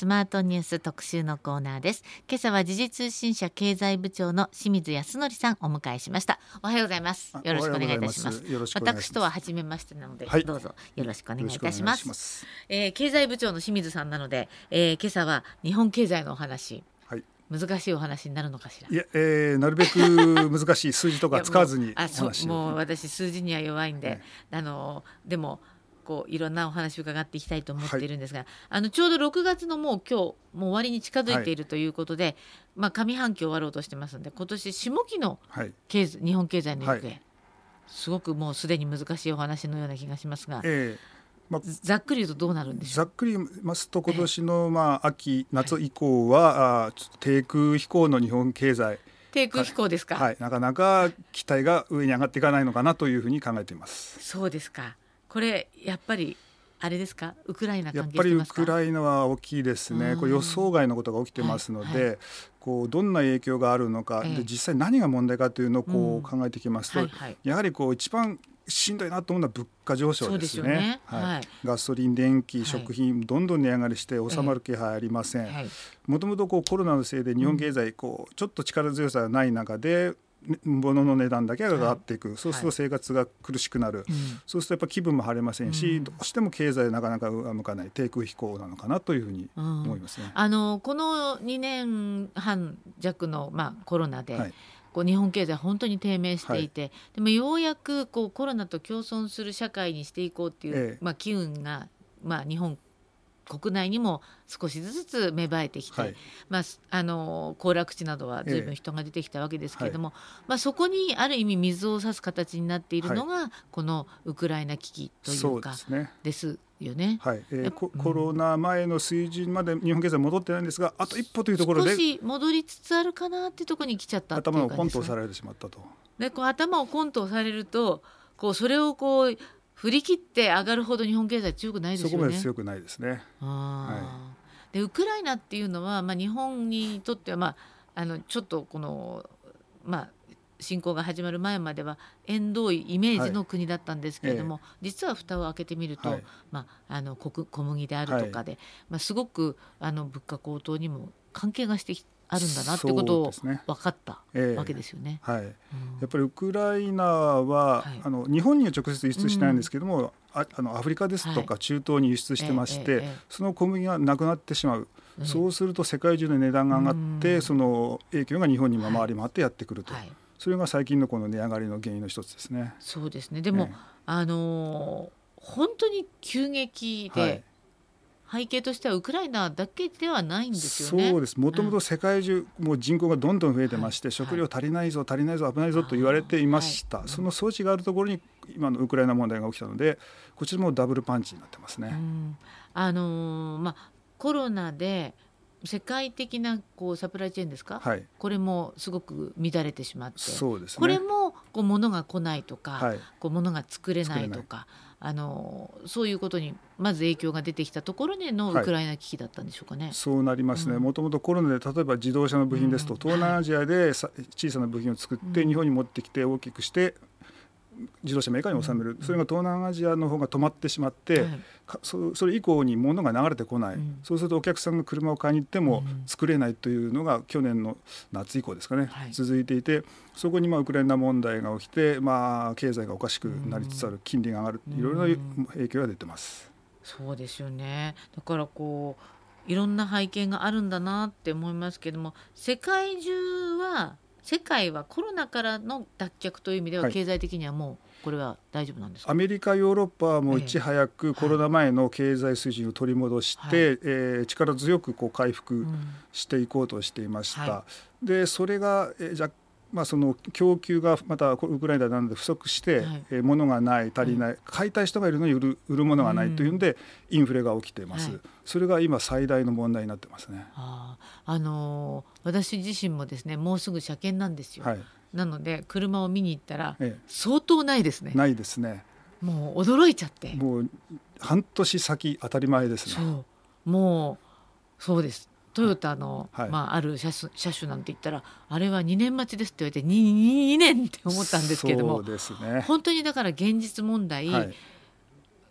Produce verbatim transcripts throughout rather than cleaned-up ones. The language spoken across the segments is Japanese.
スマートニュース特集のコーナーです。今朝は時事通信社経済部長の清水康則さんお迎えしました。おはようございます。よろしくお願いいたします。私とは初めましてなので、はい、どうぞよろしくお願いいたします。ますえー、経済部長の清水さんなので、えー、今朝は日本経済のお話、はい、難しいお話になるのかしら。 いや、えー、なるべく難しい数字とか使わずにお話をもう、もう私数字には弱いんで、はい、あのでもこういろんなお話を伺っていきたいと思っているんですが、はい、あのちょうどろくがつのもう今日もう終わりに近づいているということで、はい、まあ、上半期終わろうとしてますので、今年下期の経済、はい、日本経済の行方、はい、すごくもうすでに難しいお話のような気がしますが、えーまあ、ざっくり言うとどうなるんでしょう。 ざっくり言いますと、今年のまあ秋夏以降は、はい、あちょっと低空飛行の日本経済、 低空飛行ですか。 はい、なかなか期待が上に上がっていかないのかなというふうに考えています。 そうですか。これやっぱりあれですか、ウクライナ関係やっぱりウしてますか。 クライナは大きいですね。これ予想外のことが起きてますので、はいはい、こうどんな影響があるのか、ええ、で実際何が問題かというのをこう考えてきますと、うんはいはい、やはりこう一番しんどいなと思うのは物価上昇ですね。そうですよね、はいはい、ガソリン、電気、食品、どんどん値上がりして収まる気配ありません。もともとコロナのせいで日本経済こうちょっと力強さがない中で、物の値段だけが上がっていく、はい、そうすると生活が苦しくなる、はい、そうするとやっぱ気分も晴れませんし、うん、どうしても経済なかなか上向かない低空飛行なのかなというふうに思いますね、 うん、あのこのにねんはん弱の、まあ、コロナで、はい、こう日本経済本当に低迷していて、はい、でもようやくこうコロナと共存する社会にしていこうっていう、ええまあ、機運が、まあ、日本国内にも少しずつ芽生えてきて、はいまあ、あの行楽地などは随分人が出てきたわけですけれども、ええはいまあ、そこにある意味水を差す形になっているのが、はい、このウクライナ危機というかですよね。 はいえー、コ, コロナ前の水準まで日本経済戻ってないんですが、あと一歩というところで少し戻りつつあるかなっていうところに来ちゃったっていう感じですね。 頭をコントされてしまったと。 でこう頭をコントされるとこうそれをこう振り切って上がるほど日本経済強くないですよね。 そこまで強くないですね。 あ、はい、でウクライナっていうのは、まあ、日本にとっては、まあ、あのちょっとこの、まあ、侵攻が始まる前までは縁遠いイメージの国だったんですけれども、はいええ、実は蓋を開けてみると、はいまあ、あの 小, 小麦であるとかで、はいまあ、すごくあの物価高騰にも関係がしてきてあるんだなってことを分かったわけですよね。 えーはいうん、やっぱりウクライナは、はい、あの日本には直接輸出しないんですけども、うん、ああのアフリカですとか中東に輸出してまして、はいえーえー、その小麦がなくなってしまう、えー、そうすると世界中の値段が上がって、うん、その影響が日本にも回り回ってやってくると、はい、それが最近のこの値上がりの原因の一つですね。 そうですね。でも、えーあのー、本当に急激で、はい背景としてはウクライナだけではないんですよね。 そうです。もともと世界中、うん、もう人口がどんどん増えてまして、はい、食料足りないぞ足りないぞ危ないぞと言われていました、はい、その装置があるところに今のウクライナ問題が起きたので、こちらもダブルパンチになってますね。うんあのーまあ、コロナで世界的なこうサプライチェーンですか、はい、これもすごく乱れてしまって、 そうですね、 これもこう物が来ないとか、はい、こう物が作れないとかあのそういうことにまず影響が出てきたところでのウクライナ危機だったんでしょうかね。 はい、そうなりますね。もともとコロナで例えば自動車の部品ですと、うん、東南アジアでさ、はい、小さな部品を作って日本に持ってきて大きくして自動車メーカーに収める、うん、それが東南アジアの方が止まってしまって、はい、そ, それ以降に物が流れてこない、うん、そうするとお客さんが車を買いに行っても作れないというのが去年の夏以降ですかね、はい、続いていて、そこにまあウクライナ問題が起きて、まあ、経済がおかしくなりつつある、金利が上がる、いろいろな影響が出てます。 そうですよね。だからこういろんな背景があるんだなって思いますけども、世界中は世界はコロナからの脱却という意味では経済的にはもうこれは大丈夫なんですか。 アメリカヨーロッパはもういち早くコロナ前の経済水準を取り戻して、はいえー、力強くこう回復していこうとしていました、うんはい、でそれが、えー、じゃまあ、その供給がまたウクライナなので不足して、はいえー、物がない足りない、うん、買いたい人がいるのに売る、売るものがないというんで、うん、インフレが起きています、はい、それが今最大の問題になってますね。 あ、あのー、私自身もですねもうすぐ車検なんですよ、はい、なので車を見に行ったら、ええ、相当ないですね。 ないですね。 もう驚いちゃってもう半年先当たり前ですね。 そうもうそうですトヨタの、はいまあ、ある車種、車種なんて言ったらあれはにねん待ちですって言われて 2, にねんって思ったんですけども、 そうですね、 本当にだから現実問題、はい、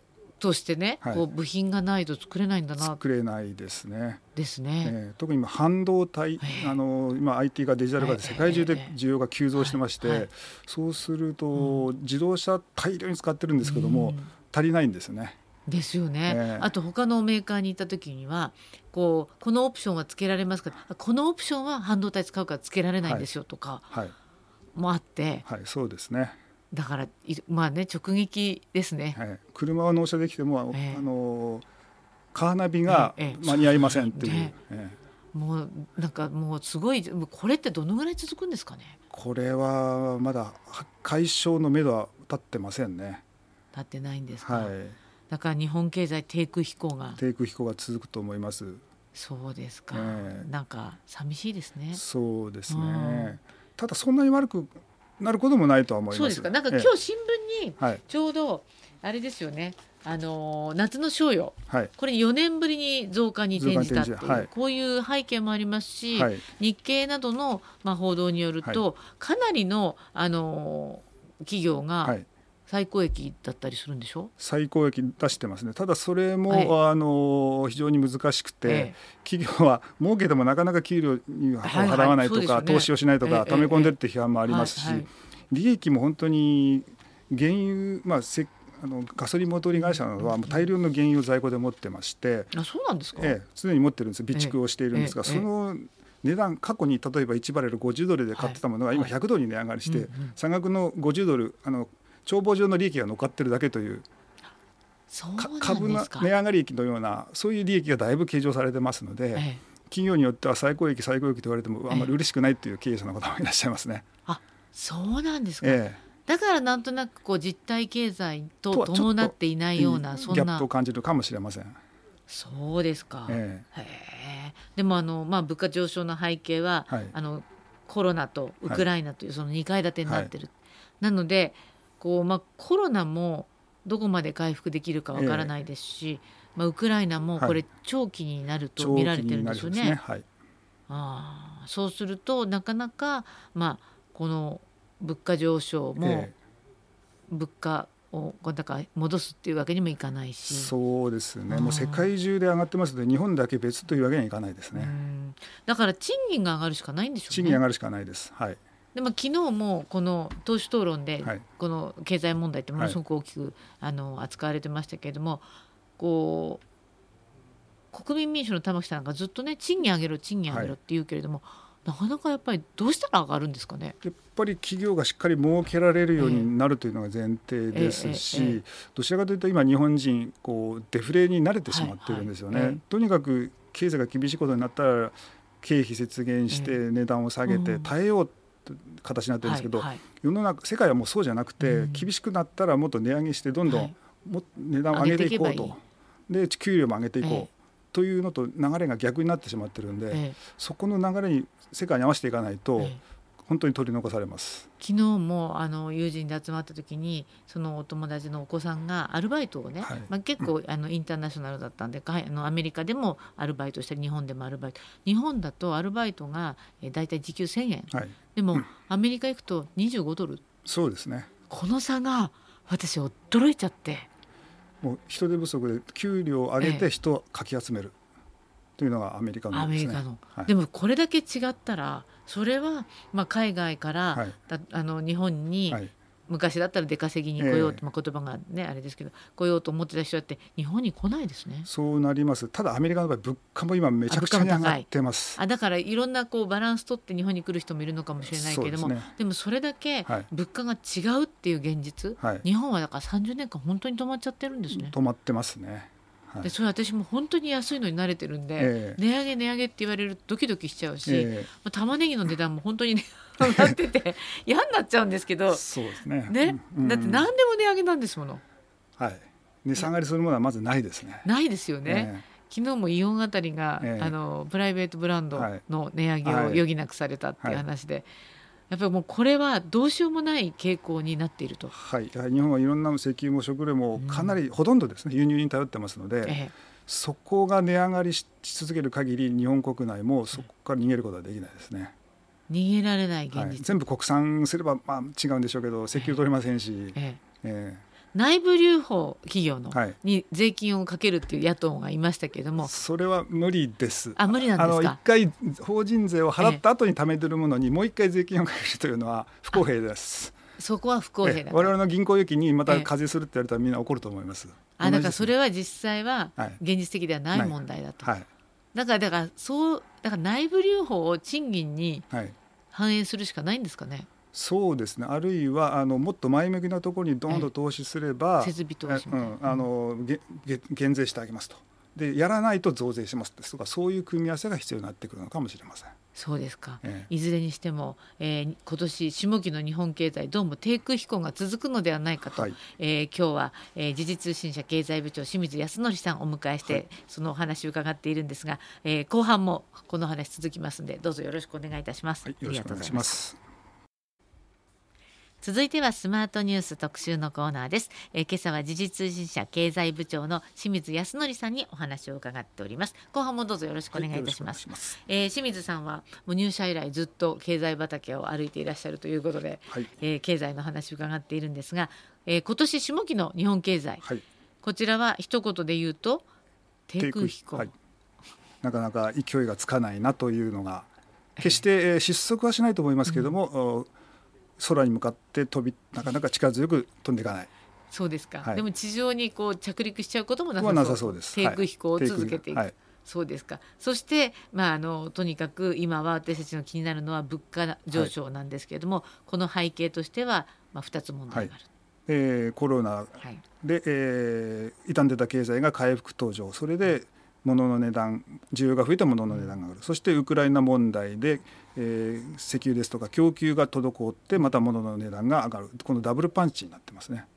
としてね、はい、こう部品がないと作れないんだな。 作れないですね。 ですね、 えー、特に今半導体、えー、あの今 アイティー がデジタル化で世界中で需要が急増してまして、えーえーはい、そうすると、うん、自動車大量に使ってるんですけども、うん、足りないんですよね。 ですよね、えー、あと他のメーカーに行った時にはこうこのオプションはつけられますか、このオプションは半導体使うからつけられないんですよとかもあって、はいはい、そうですね。 だからまあね直撃ですね、 はい、車は納車できても、えー、あのカーナビが間に合いませんっていう、えーえー、もうなんかもうすごい、これってどのぐらい続くんですかね。 これはまだ解消のめどは立ってませんね。 立ってないんですか、 はい、 だから日本経済低空飛行が低空飛行が続くと思います。 そうですか、 えー、 なんか寂しいですね。 そうですね、うん、ただそんなに悪くなることもないとは思います。 そうですか。なんか今日新聞にちょうどあれですよね、あの夏の賞与、はい、これよねんぶりに増加に転じたっていう、はい、こういう背景もありますし、はい、日経などの、まあ、報道によると、はい、かなりの、あの企業が最高益だったりするんでしょ。 最高益出してますね。ただそれも、はい、あの非常に難しくて、ええ、企業は儲けてもなかなか給料に払わないとか、はいはいね、投資をしないとか、ええ、溜め込んでるって批判もありますし、はいはい、利益も本当に原油、まあ、せあのガソリン元売り会社などはもう大量の原油を在庫で持ってまして、 あ、そうなんですか。 ええ、常に持ってるんです。備蓄をしているんですが、ええ、その値段、過去に例えばいちバレルごじゅうドルで買ってたものが今ひゃくドルに値上がりして、はいはい、差額のごじゅうドル、あの帳簿上の利益が乗っかってるだけという、 そうなんですか。 株の値上がり益のようなそういう利益がだいぶ計上されてますので、ええ、企業によっては最高益最高益と言われてもあんまり嬉しくないっていう経営者の方もいらっしゃいますね。 あ、そうなんですか、 ええ、 だからなんとなくこう実体経済と伴っていないような、そんなギャップを感じるかもしれません。 そうですか、 ええ、 へえ。でもあの、まあ、物価上昇の背景は、はい、あのコロナとウクライナというそのにかい建てになってる、はい、なのでこう、まあ、コロナもどこまで回復できるかわからないですし、ええ、まあ、ウクライナもこれ長期になると見られてるんですよね。 ね、はい、 あ、そうするとなかなか、まあ、この物価上昇も物価をだから戻すっていうわけにもいかないし。 そうですね、もう世界中で上がってますので日本だけ別というわけにはいかないですね。 うん、だから賃金が上がるしかないんでしょうね。 賃金上がるしかないです、はい。 でも昨日もこの党首討論でこの経済問題ってものすごく大きくあの扱われてましたけれども、こう国民民主の玉木さんがずっとね賃金上げろ賃金上げろって言うけれども、なかなかやっぱりどうしたら上がるんですかね。 やっぱり企業がしっかり儲けられるようになるというのが前提ですし、ええええ、どちらかというと今日本人こうデフレに慣れてしまってるんですよね、はいはい、とにかく経済が厳しいことになったら経費節減して値段を下げて耐えようという形になってるんですけど、はいはい、世の中世界はもうそうじゃなくて、うん、厳しくなったらもっと値上げしてどんどん、はい、も値段を上げていこうと、で給料も上げていこう、ええというのと流れが逆になってしまってるんで、ええ、そこの流れに世界に合わせていかないと、ええ、本当に取り残されます。 昨日もあの友人で集まった時にそのお友達のお子さんがアルバイトをね、はい、まあ、結構あのインターナショナルだったんで、あのアメリカでもアルバイトしたり日本でもアルバイト、日本だとアルバイトがだいたい時給せんえん、はい、でも、うん、アメリカ行くとにじゅうごドル。 そうですね。 この差が私驚いちゃって、 もう人手不足で給料を上げて人をかき集めるというのがアメリカのですね。アメリカの、はい、でもこれだけ違ったらそれはまあ海外から、はい、あの日本に、はい、昔だったら出稼ぎに来ようと、えーまあ、言葉がねあれですけど来ようと思ってた人だって日本に来ないですね。 そうなります。ただアメリカの場合物価も今めちゃくちゃに上がってます。 あ、だからいろんなこうバランス取って日本に来る人もいるのかもしれないけれども で,、ね、でもそれだけ物価が違うっていう現実、はい、日本はだからさんじゅうねんかん本当に止まっちゃってるんですね。 止まってますね。 でそれ私も本当に安いのに慣れてるんで、えー、値上げ値上げって言われるとドキドキしちゃうし、えー、玉ねぎの値段も本当にね上がってて嫌になっちゃうんですけど、 そうですね、 ね、うん、だって何でも値上げなんですもの。 はい、値下がりするものはまずないですね。 ないですよね、えー、昨日もイオンあたりが、えー、あのプライベートブランドの値上げを余儀なくされたっていう話で、はいはい、やっぱりもうこれはどうしようもない傾向になっていると。 はい、日本はいろんな石油も食料もかなり、うん、ほとんどですね輸入に頼ってますので、ええ、そこが値上がり し, し続ける限り日本国内もそこから逃げることはできないですね。 逃げられない現実、 はい、全部国産すればまあ違うんでしょうけど石油取れませんし、ええええ、 内部留保企業の、 はい、 に税金をかけるっていう野党がいましたけれども、 それは無理です。 あ、無理なんですか。あの一回法人税を払った後に貯めてるものにもう一回税金をかけるというのは不公平です。 そこは不公平だ。 我々の銀行預金にまた課税するって言われたらみんな怒ると思います。 あ、だからそれは実際は現実的ではない問題だと、はいはい、だからだからそうだから内部留保を賃金に反映するしかないんですかね。はい、 そうですね。あるいはあのもっと前向きなところにどんどん投資すれば、 設備投資みたいな、 うん、あのげげ減税してあげますと、でやらないと増税しますとか、そういう組み合わせが必要になってくるのかもしれません。 そうですか、 ええ、いずれにしても、えー、今年下期の日本経済どうも低空飛行が続くのではないかと、はい、えー、今日は、えー、時事通信社経済部長清水康則さんをお迎えして、はい、そのお話を伺っているんですが、えー、後半もこの話続きますのでどうぞよろしくお願いいたします。 はい、よろしくお願いします。 続いてはスマートニュース特集のコーナーです。えー、今朝は時事通信社経済部長の清水康則さんにお話を伺っております。後半もどうぞよろしくお願いいたします。はい、えー、清水さんはもう入社以来ずっと経済畑を歩いていらっしゃるということで、はい、えー、経済の話を伺っているんですが、えー、今年下期の日本経済、はい、こちらは一言で言うと低空飛行、はい、 なかなか勢いがつかないなというのが、決して、えー、失速はしないと思いますけれども、うん、空に向かって飛びなかなか力強く飛んでいかない。 そうですか、 はい、 でも地上にこう着陸しちゃうこともなさそう、 そう、 なさそうです。 低空飛行を続けていく、 はい、 そうですか。そして、まあ、あのとにかく今は私たちの気になるのは物価上昇なんですけれども、はい、この背景としては、まあ、ふたつ問題がある、はい、 えー、コロナで、はい、えー、傷んでた経済が回復途上、それで物の値段、需要が増えた物の値段が上がる、うん、そしてウクライナ問題で、えー、石油ですとか供給が滞ってまた物の値段が上がる、このダブルパンチになってますね。 うん、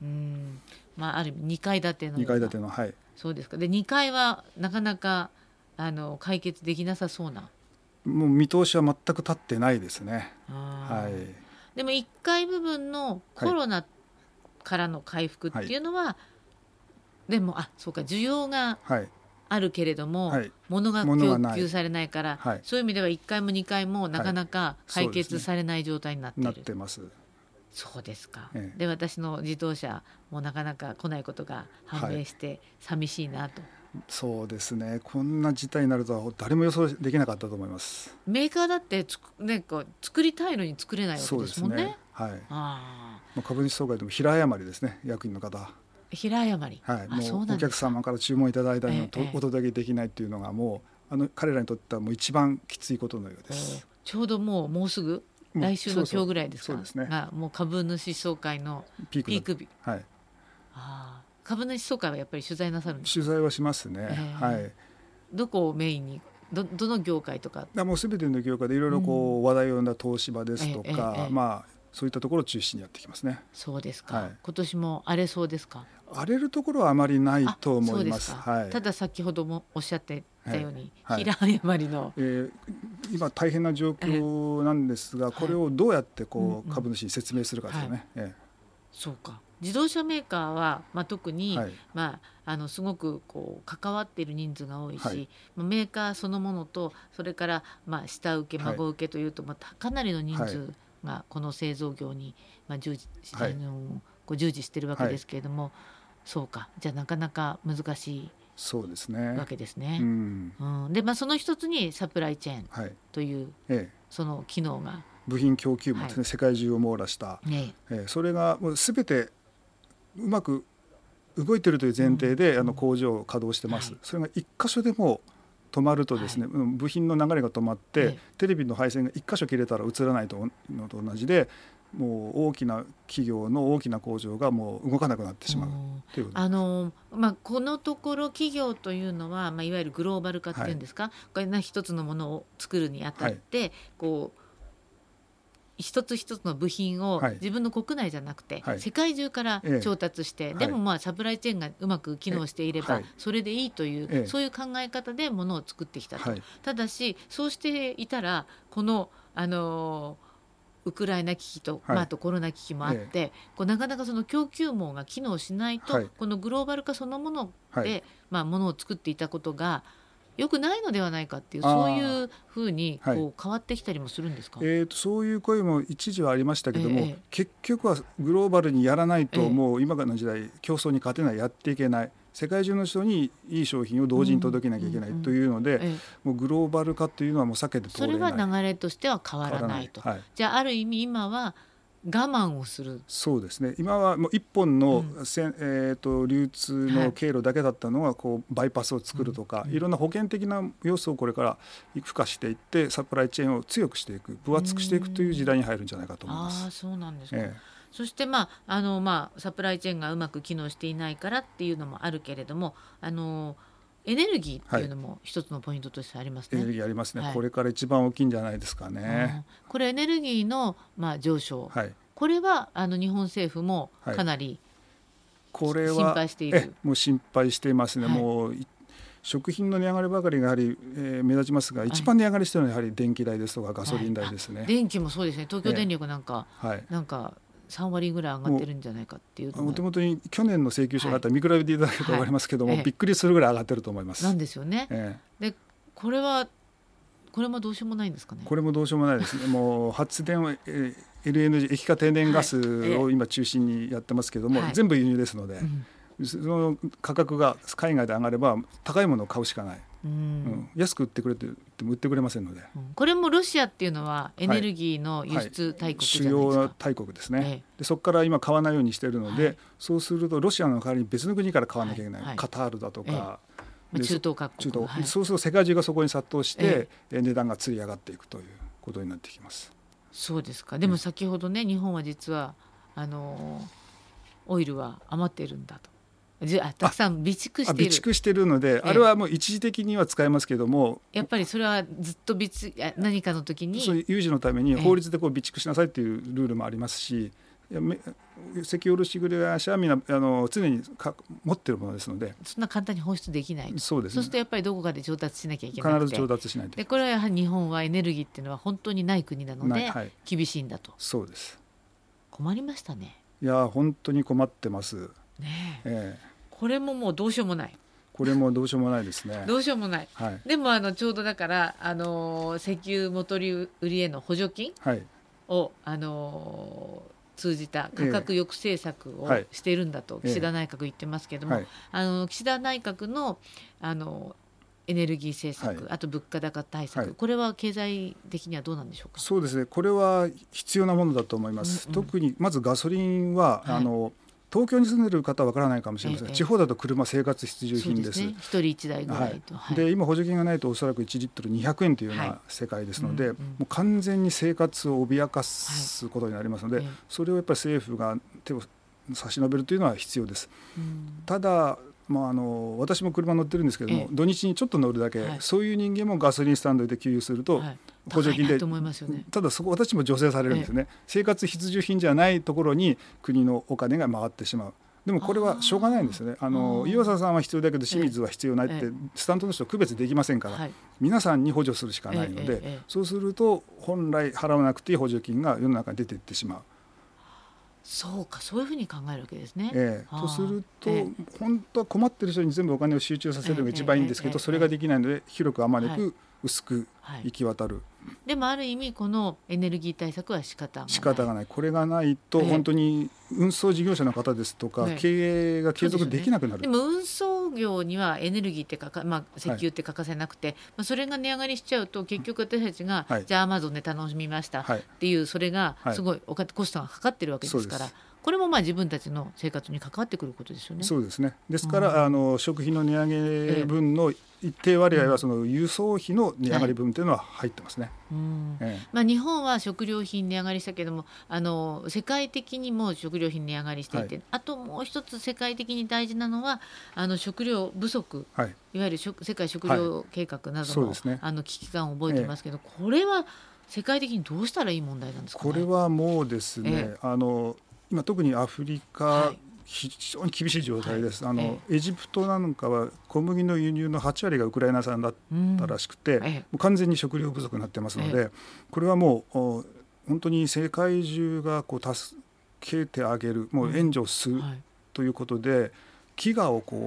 まあ、ある意味にかい建てのにかい建ての、はい、 そうですか。でにかいはなかなかあの解決できなさそうな、 もう見通しは全く立ってないですね。 はい、でもいっかい部分のコロナからの回復っていうのは、はい、でもあそうか需要が、はい、あるけれども、はい、物が供給されないから、はい、そういう意味ではいっかいもにかいもなかなか解決されない状態になっている、 はい、なってます。 そうですか、 ええ、 で私の自動車もなかなか来ないことが判明して寂しいなと、 はい、そうですね。こんな事態になるとは誰も予想できなかったと思います。 メーカーだってつく、ね、こう作りたいのに作れないわけですもんね。 そうですね、はい、 あ、 まあ、株主総会でも平誤りですね、役員の方平誤り、 はい、もうお客様から注文いただいたのを、ええ、お届けできないっていうのがもうあの彼らにとってはもう一番きついことのようです。 ちょうどもうもうすぐ来週の今日ぐらいですか。 そうですね、 がもう株主総会のピーク、ピーク日、 はい、 あ、株主総会はやっぱり取材なさるんですか。 取材はしますね、えー、はい、 どこをメインに ど, どの業界とか。 もうすべての業界でいろいろこう、うん、話題を呼んだ東芝ですとか、えーえーえー、まあそういったところを中心にやってきますね。 そうですか、 はい、 今年も荒れそうですか。 荒れるところはあまりないと思います。はい、 ただ先ほどもおっしゃってたように、はい、平誤りの、 えー、今大変な状況なんですが、えー、これをどうやってこう、はい、株主に説明するかですよね、はい、えー、 そうか。自動車メーカーは、まあ、特に、はい、まあ、あのすごくこう関わっている人数が多いし、はい、メーカーそのものとそれから、まあ、下請け孫請けというと、はい、まあ、かなりの人数がこの製造業に、まあ、従事、はい、あのこう従事しているわけですけれども、はい、そうか。じゃあなかなか難しいそうですねわけですね。 うんうん、で、まあ、その一つにサプライチェーンという、はい、ええ、その機能が部品供給網ですね、はい、世界中を網羅した、ええええ、それがもう全てうまく動いているという前提で、うん、あの工場を稼働してます、はい、それが一箇所でも止まるとですね、はい、部品の流れが止まって、ええ、テレビの配線が一箇所切れたら映らないのと同じで、もう大きな企業の大きな工場がもう動かなくなってしまうということです。 あの、まあ、このところ企業というのは、まあ、いわゆるグローバル化っていうんですか、はい、これな一つのものを作るにあたって、はい、こう一つ一つの部品を自分の国内じゃなくて、はい、世界中から調達して、ええ、でもまあサプライチェーンがうまく機能していればそれでいいという、ええ、そういう考え方でものを作ってきたと、はい、ただしそうしていたらこの、あのウクライナ危機と、はい、まあ、あとコロナ危機もあって、ええ、こうなかなかその供給網が機能しないと、はい、このグローバル化そのもので、はい、まあ、ものを作っていたことが良くないのではないかっていう、そういうふうにこう、はい、変わってきたりもするんですか。 えー、とそういう声も一時はありましたけども、えー、結局はグローバルにやらないと、もう今の時代競争に勝てない、やっていけない、世界中の人にいい商品を同時に届けなきゃいけないというので、うんうんうん、もうグローバル化というのはもう避けて通れない。 それは流れとしては変わらないと、はい、じゃあある意味今は我慢をする。 そうですね、今はもう一本の、うん、えー、と流通の経路だけだったのがこうバイパスを作るとか、はい、いろんな保険的な要素をこれから付加していってサプライチェーンを強くしていく、分厚くしていくという時代に入るんじゃないかと思います。 あ、そうなんですか、 ええ、 そして、まああのまあ、サプライチェーンがうまく機能していないからっていうのもあるけれども、あのエネルギーっていうのも一つのポイントとしてありますね。 エネルギーありますね、 はい、 これから一番大きいんじゃないですかね。 これエネルギーの、まあ、上昇、はい、これはあの日本政府もかなり、はい、これは心配している。 えもう心配していますね、はい、もう食品の値上がりばかりがやはり、えー、目立ちますが、一番値上がりしているのはやはり電気代ですとかガソリン代ですね。 はい、電気もそうですね、東京電力なんか、はい、なんかさんわりぐらい上がってるんじゃないかっていうのが、 もともとに去年の請求書があったら見比べていただけると分かりますけども、はいはい、びっくりするぐらい上がってると思います。 なんですよね、ええ、でこれはこれもどうしようもないんですかね。 これもどうしようもないですねもう発電は、えー、エルエヌジー 液化天然ガスを今中心にやってますけども、はい、全部輸入ですので、うん、その価格が海外で上がれば高いものを買うしかない、うんうん、安く売ってくれと言っても売ってくれませんので、うん、 これもロシアっていうのはエネルギーの輸出大国じゃないですか、はいはい、 主要大国ですね、ええ、でそこから今買わないようにしているので、はい、そうするとロシアの代わりに別の国から買わなきゃいけない、はいはい、カタールだとか、ええ、 中東各国、 中東、はい、そうすると世界中がそこに殺到して、ええ、値段がつり上がっていくということになってきます。 そうですか。でも先ほどね、日本は実はあのオイルは余っているんだと、じあたくさん備蓄している備蓄しているので、あれはもう一時的には使えますけども、 やっぱりそれはずっと備蓄何かの時にそういう有事のために法律でこう備蓄しなさいっていうルールもありますし、いや石油卸売会社はみんなあの常にか持っているものですので、 そんな簡単に放出できないと。 そうですね、 そうするとやっぱりどこかで調達しなきゃいけなくて、 必ず調達しないと。 でこれはやはり日本はエネルギーっていうのは本当にない国なので、はい、厳しいんだと。 そうです。 困りましたね。 いや本当に困ってますねえ、ええ、 これももうどうしようもない。 これもどうしようもないですねどうしようもない、 はい、 でもあのちょうどだからあの石油元売りへの補助金を、はい、あの通じた価格抑制策をしているんだと岸田内閣言ってますけども、はい、あの岸田内閣 の, あのエネルギー政策、はい、あと物価高対策、はい、これは経済的にはどうなんでしょうか。 そうですね、これは必要なものだと思います、うんうん、特にまずガソリンは、はい、あの東京に住んでいる方は分からないかもしれません、ええ、地方だと車生活必需品です。 そうですね、ひとりいちだいぐらいと、 はい、で今補助金がないとおそらくいちリットルにひゃくえんというような世界ですので、はい、うんうん、もう完全に生活を脅かすことになりますので、はい、それをやっぱり政府が手を差し伸べるというのは必要です、うん、ただまあ、あの私も車乗ってるんですけども、土日にちょっと乗るだけ、はい、そういう人間もガソリンスタンドで給油すると、はい、補助金で、ね、ただそこ私も助成されるんですよね、生活必需品じゃないところに国のお金が回ってしまう。でもこれはしょうがないんですよね。あの岩佐さんは必要だけど清水は必要ないって、ええ、スタンドの人区別できませんから、はい、皆さんに補助するしかないので、ええ、そうすると本来払わなくていい補助金が世の中に出ていってしまう。 そうか、そういうふうに考えるわけですね、 ええ、とすると、ええ、本当は困ってる人に全部お金を集中させるのが一番いいんですけど、ええええ、それができないので広くあまねく薄く行き渡る、はいはい、 でもある意味このエネルギー対策は仕方がない仕方がない。これがないと本当に運送事業者の方ですとか、ええ、経営が継続できなくなる。 で, ね、でも運送業にはエネルギーってかか、まあ、石油って欠かせなくて、はい、まあ、それが値上がりしちゃうと結局私たちが、はい、じゃあアマゾンで頼みましたっていう、それがすごいおコストがかかってるわけですから、はい、これもまあ自分たちの生活に関わってくることですよね。 そうですね。ですから、うん、あの食品の値上げ分の一定割合はその輸送費の値上がり分というのは入ってますね、 はい、うん、ええ、まあ、日本は食料品値上がりしたけども、あの世界的にも食料品値上がりしていて、はい、あともう一つ世界的に大事なのはあの食料不足、はい、いわゆる世界食料計画などの、はい、ね、あの危機感を覚えてますけど、ええ、これは世界的にどうしたらいい問題なんですかね。 これはもうですね、ええ、あの今特にアフリカ、はい、非常に厳しい状態です、はい、あのええ、エジプトなんかは小麦の輸入のはちわりがウクライナ産だったらしくて、うん、ええ、もう完全に食料不足になってますので、ええ、これはもう本当に世界中がこう助けてあげる、もう援助するということで、うん、はい、飢餓をこ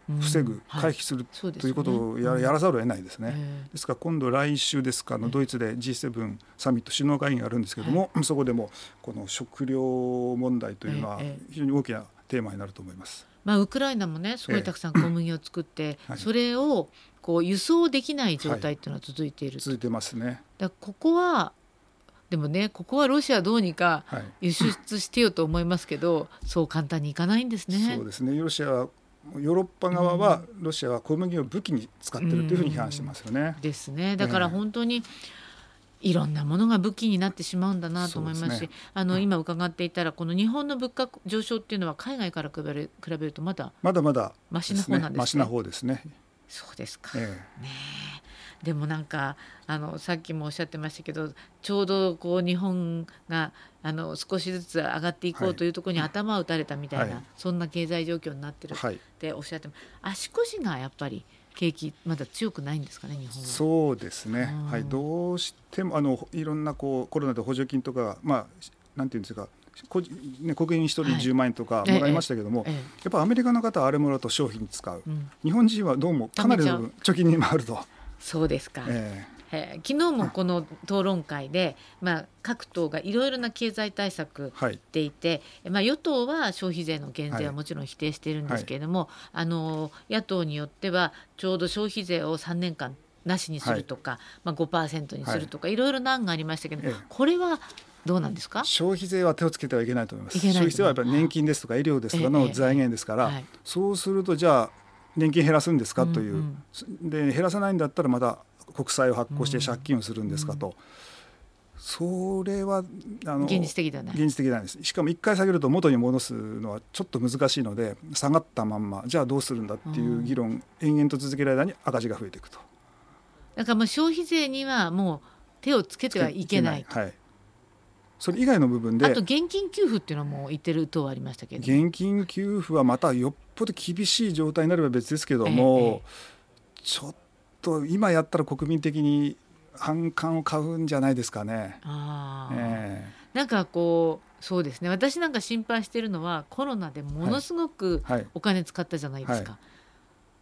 防ぐ、回避する、はい、ということを や, やらざるを得ないですね、うん、ですから今度来週ですかのドイツで ジーセブン サミット首脳会議があるんですけども、はい、そこでもこの食料問題というのは非常に大きなテーマになると思います。 まあ、ウクライナもねすごいたくさん小麦を作って、えー、それをこう輸送できない状態っていうのは続いている、はい、 続いてますね。 だからここはでもねここはロシアどうにか輸出してよと思いますけど、はい、そう簡単にいかないんですね。 そうですね。ロシアはヨーロッパ側は、うん、ロシアは小麦を武器に使っているというふうに批判してますよね、 うん、ですね。だから本当にいろんなものが武器になってしまうんだなと思いますし、す、ね、あの今伺っていたらこの日本の物価上昇っていうのは海外から比べる、比べるとまだまだまだマシな方なんですね。 マシな方ですね。 そうですか、 ええ、 ねえ。でもなんかあのさっきもおっしゃってましたけどちょうどこう日本があの少しずつ上がっていこうというところに頭を打たれたみたいな、はい、そんな経済状況になってるっておっしゃっても、はい、足腰がやっぱり景気まだ強くないんですかね日本は。 そうですね、はい、どうしてもあのいろんなこうコロナで補助金とか、まあ、なんていうんですかね、国民一人じゅうまんえんとかもらいましたけども、はいえええ、やっぱアメリカの方はあれもらうと消費に使う、うん、日本人はどうもかなりの分貯金に回ると。 そうですか、ええ、昨日もこの討論会で、まあ、各党がいろいろな経済対策言っていて、はい、まあ、与党は消費税の減税はもちろん否定しているんですけれども、はい、あの野党によってはちょうど消費税をさんねんかんなしにするとか、はい、まあ、ごパーセント にするとか、はい、いろいろな案がありましたけど、ええ、これはどうなんですか。 消費税は手をつけてはいけないと思います。消費税はやっぱり年金ですとか医療ですとかの財源ですから、ええはい、そうするとじゃあ年金減らすんですかという、うんうん、で減らさないんだったらまた国債を発行して借金をするんですかと、うんうん、それはあの現実的だね。 現実的なんです。しかもいっかい下げると元に戻すのはちょっと難しいので下がったまんまじゃあどうするんだっていう議論、うん、延々と続ける間に赤字が増えていくと。 だからもう消費税にはもう手をつけてはいけないと。 はい、それ以外の部分であと現金給付っていうのも言ってる党ありましたけど、 現金給付はまたよっぽど厳しい状態になれば別ですけども、ええ、ちょっと今やったら国民的に反感を買うんじゃないですかね。 あ、えー、なんかこうそうですね。私なんか心配してるのはコロナでものすごくお金使ったじゃないですか、はいはい、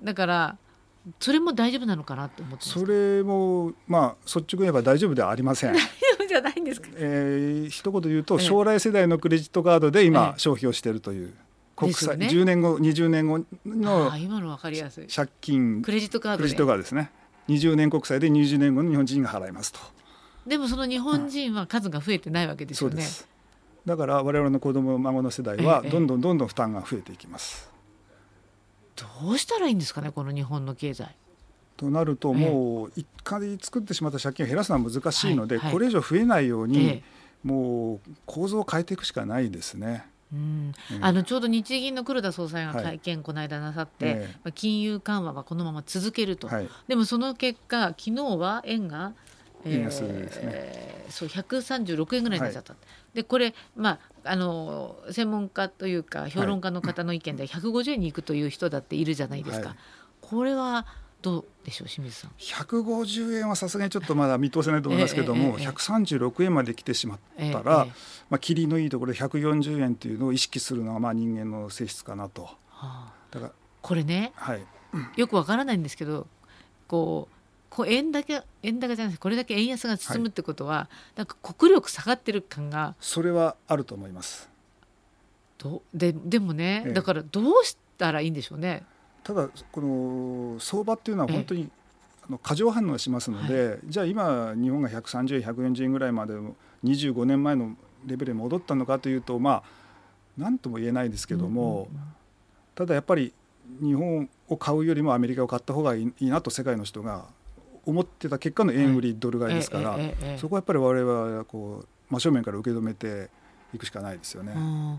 だからそれも大丈夫なのかなと思ってます。 それもまあ率直に言えば大丈夫ではありません。 大丈夫じゃないんですか。 えー、一言で言うと、えー、将来世代のクレジットカードで今、えー、消費をしているという国債、ね、じゅうねんごにじゅうねんごの今の分かりやすい借金クレジットカードで、 クレジットカードですね。にじゅうねん国債でにじゅうねんごの日本人が払いますと。 でもその日本人は数が増えてないわけですよね、うん、そうです。 だから我々の子供孫の世代はどんどんどんどん負担が増えていきます、 ええ、どうしたらいいんですかねこの日本の経済となると、もう一回作ってしまった借金を減らすのは難しいので、はいはい、これ以上増えないように、ええ、もう構造を変えていくしかないですね。 うんうん、あのちょうど日銀の黒田総裁が会見この間なさって、はいええ、金融緩和はこのまま続けると、はい、でもその結果昨日は円が、 えー円安ですね、 そうひゃくさんじゅうろくえんぐらいになっちゃった、はい、でこれ、まあ、あの専門家というか評論家の方の意見でひゃくごじゅうえんに行くという人だっているじゃないですか、はい、これはどうでしょう清水さん。 ひゃくごじゅうえんはさすがにちょっとまだ見通せないと思いますけども、えーえーえー、ひゃくさんじゅうろくえんまで来てしまったら、えーえーまあ、切りのいいところでひゃくよんじゅうえんというのを意識するのがまあ人間の性質かなと、はあ、だからこれね、はい、よくわからないんですけどこうこう円だけ円高じゃなくてこれだけ円安が進むってことは、はい、なんか国力下がってる感がそれはあると思います。 どででもね、えー、だからどうしたらいいんでしょうね。 ただこの相場っていうのは本当にあの過剰反応しますので、はい、じゃあ今日本がひゃくさんじゅうえんひゃくよんじゅうえんぐらいまでにじゅうごねんまえのレベルに戻ったのかというとまあ何とも言えないですけども、うんうんうん、ただやっぱり日本を買うよりもアメリカを買った方がいいなと世界の人が思ってた結果の円売りドル買いですから、はいええええ、そこはやっぱり我々はこう真正面から受け止めていくしかないですよね、うん、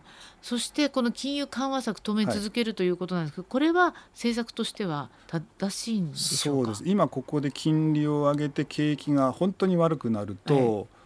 そしてこの金融緩和策止め続けるということなんですけど、はい、これは政策としては正しいんでしょうか。 そうです。今ここで金利を上げて景気が本当に悪くなると、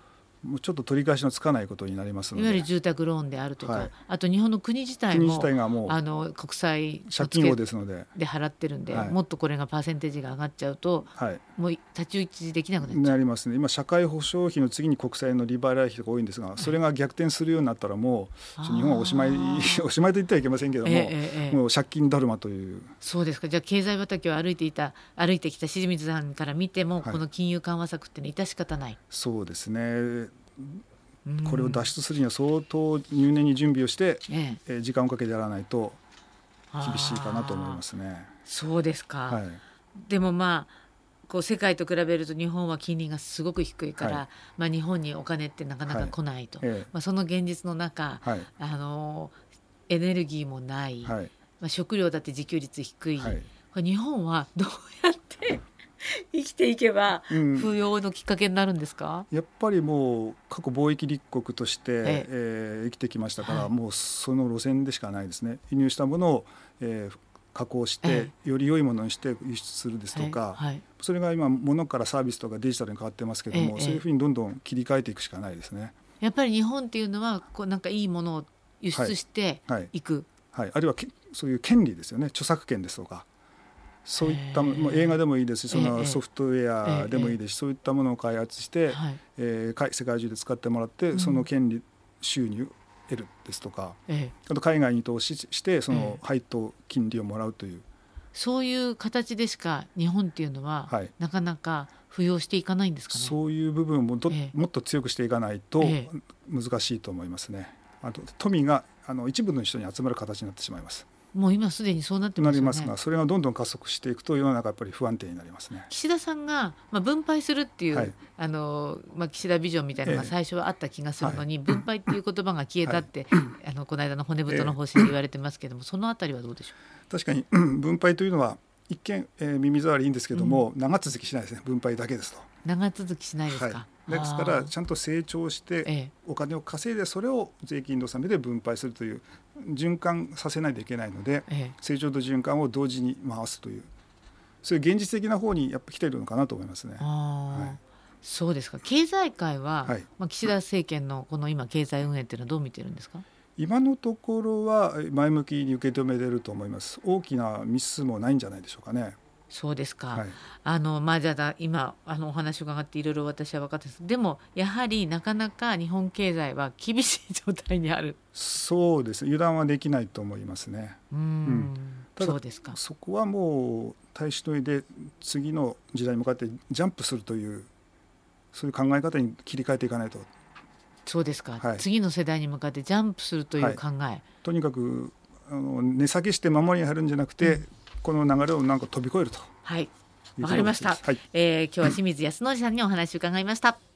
もうちょっと取り返しのつかないことになりますので、 いわゆる住宅ローンであるとか、 はい、 あと日本の国自体も国自体がもうあの国債借金王ですのでで払ってるんで、 はい、 もっとこれがパーセンテージが上がっちゃうと、はい、もう太刀打ちできなくなっちゃう。 なりますね。今社会保障費の次に国債の利払い費が多いんですが、それが逆転するようになったらもう日本はおしまいおしまいと言ってはいけませんけども、えーえー、もう借金だるまという。 そうですか。じゃあ経済畑を歩いていた歩いてきた清水さんから見ても、はい、この金融緩和策っていうのは致し方ない。 そうですね。これを脱出するには相当入念に準備をして、ええ、時間をかけてやらないと厳しいかなと思いますね。 そうですか、はい、でもまあこう世界と比べると日本は金利がすごく低いから、はい、まあ、日本にお金ってなかなか来ないと、はい、ええ、まあ、その現実の中、はい、あのエネルギーもない、はい、まあ、食料だって自給率低い、はい、日本はどうやって生きていけば扶養のきっかけになるんですか？ うん、やっぱりもう過去貿易立国として、えええー、生きてきましたから、はい、もうその路線でしかないですね。輸入したものを、えー、加工して、ええ、より良いものにして輸出するですとか、はいはい、それが今物からサービスとかデジタルに変わってますけども、ええ、そういうふうにどんどん切り替えていくしかないですね。 やっぱり日本っていうのはこうなんかいいものを輸出していく、 はいはいはい、あるいはそういう権利ですよね。著作権ですとかそういったもう映画でもいいですし、そのソフトウェアでもいいですし、そういったものを開発して、はい、えー、世界中で使ってもらって、うん、その権利収入を得るですとか、ええ、あと海外に投資してその配当金利をもらうという、 そういう形でしか日本っていうのは、はい、なかなか扶養していかないんですかね。 そういう部分をもっと、ええ、もっと強くしていかないと難しいと思いますね。あと富があの一部の人に集まる形になってしまいます。 もう今すでにそうなってますよね。 なりますが、それがどんどん加速していくと世の中やっぱり不安定になりますね。 岸田さんが、まあ、分配するっていう、はい、あのまあ、岸田ビジョンみたいなのが最初はあった気がするのに、ええ、分配っていう言葉が消えたって、はい、あのこの間の骨太の方針で言われてますけども、ええ、そのあたりはどうでしょう。 確かに分配というのは一見、えー、耳障りいいんですけども、うん、長続きしないですね。分配だけですと長続きしないですか。 はい、ですからちゃんと成長してお金を稼いでそれを税金の納めで分配するという循環させないといけないので、ええ、成長と循環を同時に回すというそういう現実的な方にやっぱ来ているのかなと思いますね。あ、 はい、そうですか。経済界は、はい、まあ、岸田政権のこの今経済運営っていうのはどう見てるんですか？ 今のところは前向きに受け止めていると思います。大きなミスもないんじゃないでしょうかね。 そうですか、 はい、 あのまあ、じゃあ今あのお話を伺っていろいろ私は分かってます。でもやはりなかなか日本経済は厳しい状態にある。 そうです。油断はできないと思いますね。 うーん、うん、ただそうですか。 そこはもう耐えしのいで次の時代に向かってジャンプするというそういう考え方に切り替えていかないと。 そうですか、 はい、 次の世代に向かってジャンプするという考え、はい、 とにかくあの値下げして守りに入るんじゃなくて、うん、この流れをなんか飛び越えると。 はい、わかりました、はい、えー、今日は清水康則さんにお話を伺いました。